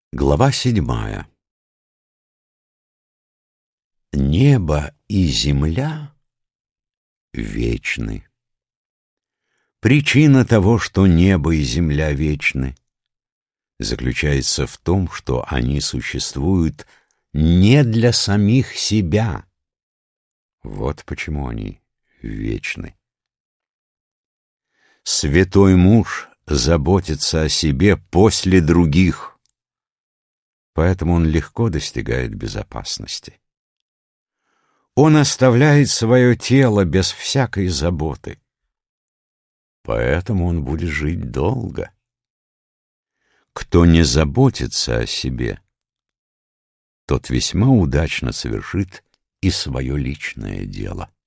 Глава 7. Небо и земля вечны. Причина того, что небо и земля вечны, заключается в том, что они существуют не для самих себя. Вот почему они вечны. Святой муж заботится о себе после других, поэтому он легко достигает безопасности. Он оставляет свое тело без всякой заботы, поэтому он будет жить долго. Кто не заботится о себе, тот весьма удачно совершит и свое личное дело.